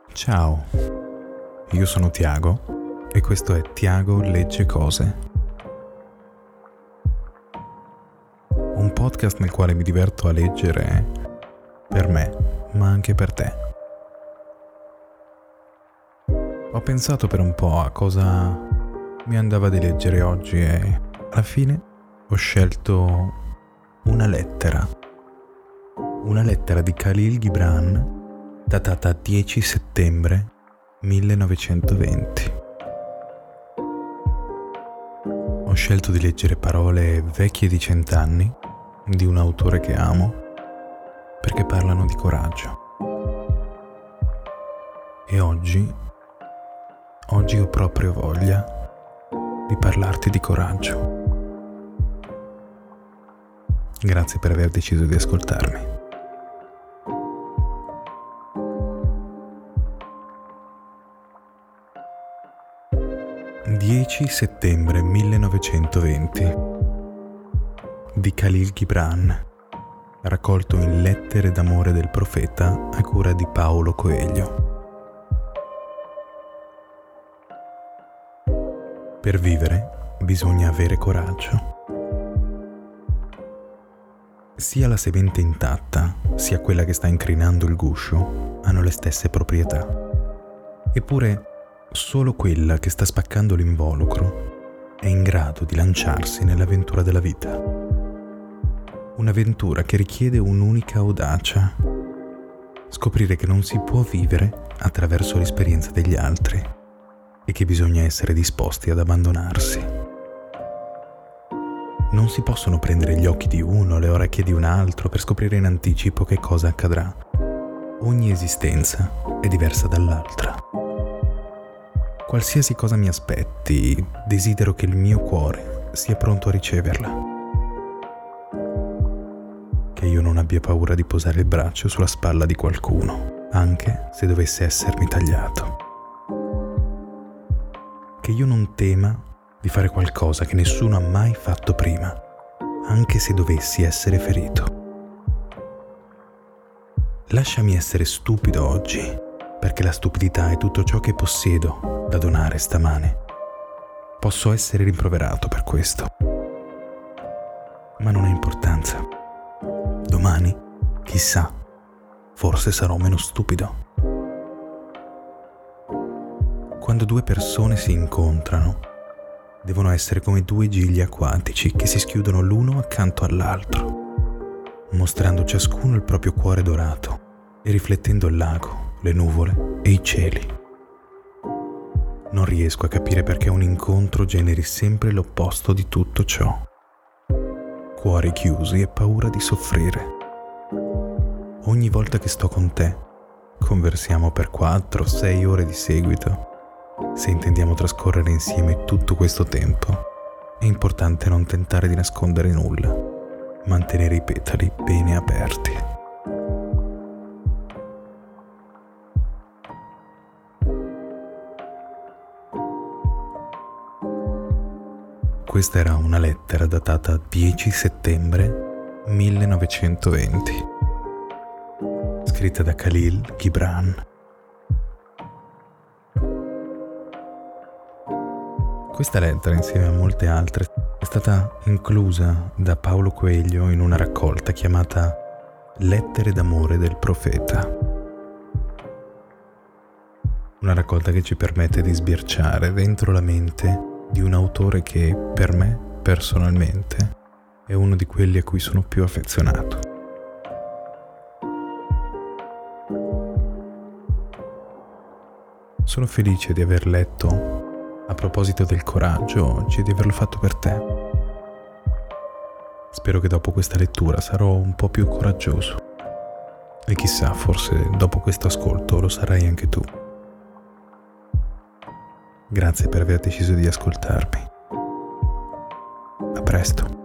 Ciao, io sono Tiago e questo è Tiago Legge Cose, un podcast nel quale mi diverto a leggere per me, ma anche per te. Ho pensato per un po' a cosa mi andava di leggere oggi e alla fine ho scelto una lettera di Khalil Gibran datata 10 settembre 1920. Ho scelto di leggere parole vecchie di 100 anni di un autore che amo perché parlano di coraggio. E oggi ho proprio voglia di parlarti di coraggio. Grazie per aver deciso di ascoltarmi. «10 settembre 1920» di Khalil Gibran, raccolto in Lettere d'amore del profeta a cura di Paulo Coelho. Per vivere bisogna avere coraggio. Sia la semente intatta, sia quella che sta incrinando il guscio hanno le stesse proprietà. Eppure, solo quella che sta spaccando l'involucro è in grado di lanciarsi nell'avventura della vita. Un'avventura che richiede un'unica audacia: scoprire che non si può vivere attraverso l'esperienza degli altri e che bisogna essere disposti ad abbandonarsi. Non si possono prendere gli occhi di uno, le orecchie di un altro per scoprire in anticipo che cosa accadrà. Ogni esistenza è diversa dall'altra. Qualsiasi cosa mi aspetti, desidero che il mio cuore sia pronto a riceverla. Che io non abbia paura di posare il braccio sulla spalla di qualcuno, anche se dovesse essermi tagliato. Che io non tema di fare qualcosa che nessuno ha mai fatto prima, anche se dovessi essere ferito. Lasciami essere stupido oggi, perché la stupidità è tutto ciò che possiedo da donare stamane. Posso essere rimproverato per questo, ma non ha importanza. Domani, chissà, forse sarò meno stupido. Quando due persone si incontrano, devono essere come due gigli acquatici che si schiudono l'uno accanto all'altro, mostrando ciascuno il proprio cuore dorato e riflettendo il lago, le nuvole e i cieli. Non riesco a capire perché un incontro generi sempre l'opposto di tutto ciò. Cuori chiusi e paura di soffrire. Ogni volta che sto con te, conversiamo per 4-6 ore di seguito. Se intendiamo trascorrere insieme tutto questo tempo, è importante non tentare di nascondere nulla, mantenere i petali bene aperti. Questa era una lettera datata 10 settembre 1920, scritta da Khalil Gibran. Questa lettera, insieme a molte altre, è stata inclusa da Paulo Coelho in una raccolta chiamata Lettere d'amore del profeta. Una raccolta che ci permette di sbirciare dentro la mente di un autore che, per me, personalmente, è uno di quelli a cui sono più affezionato. Sono felice di aver letto a proposito del coraggio oggi e di averlo fatto per te. Spero che dopo questa lettura sarò un po' più coraggioso. E chissà, forse dopo questo ascolto lo sarai anche tu. Grazie per aver deciso di ascoltarmi. A presto.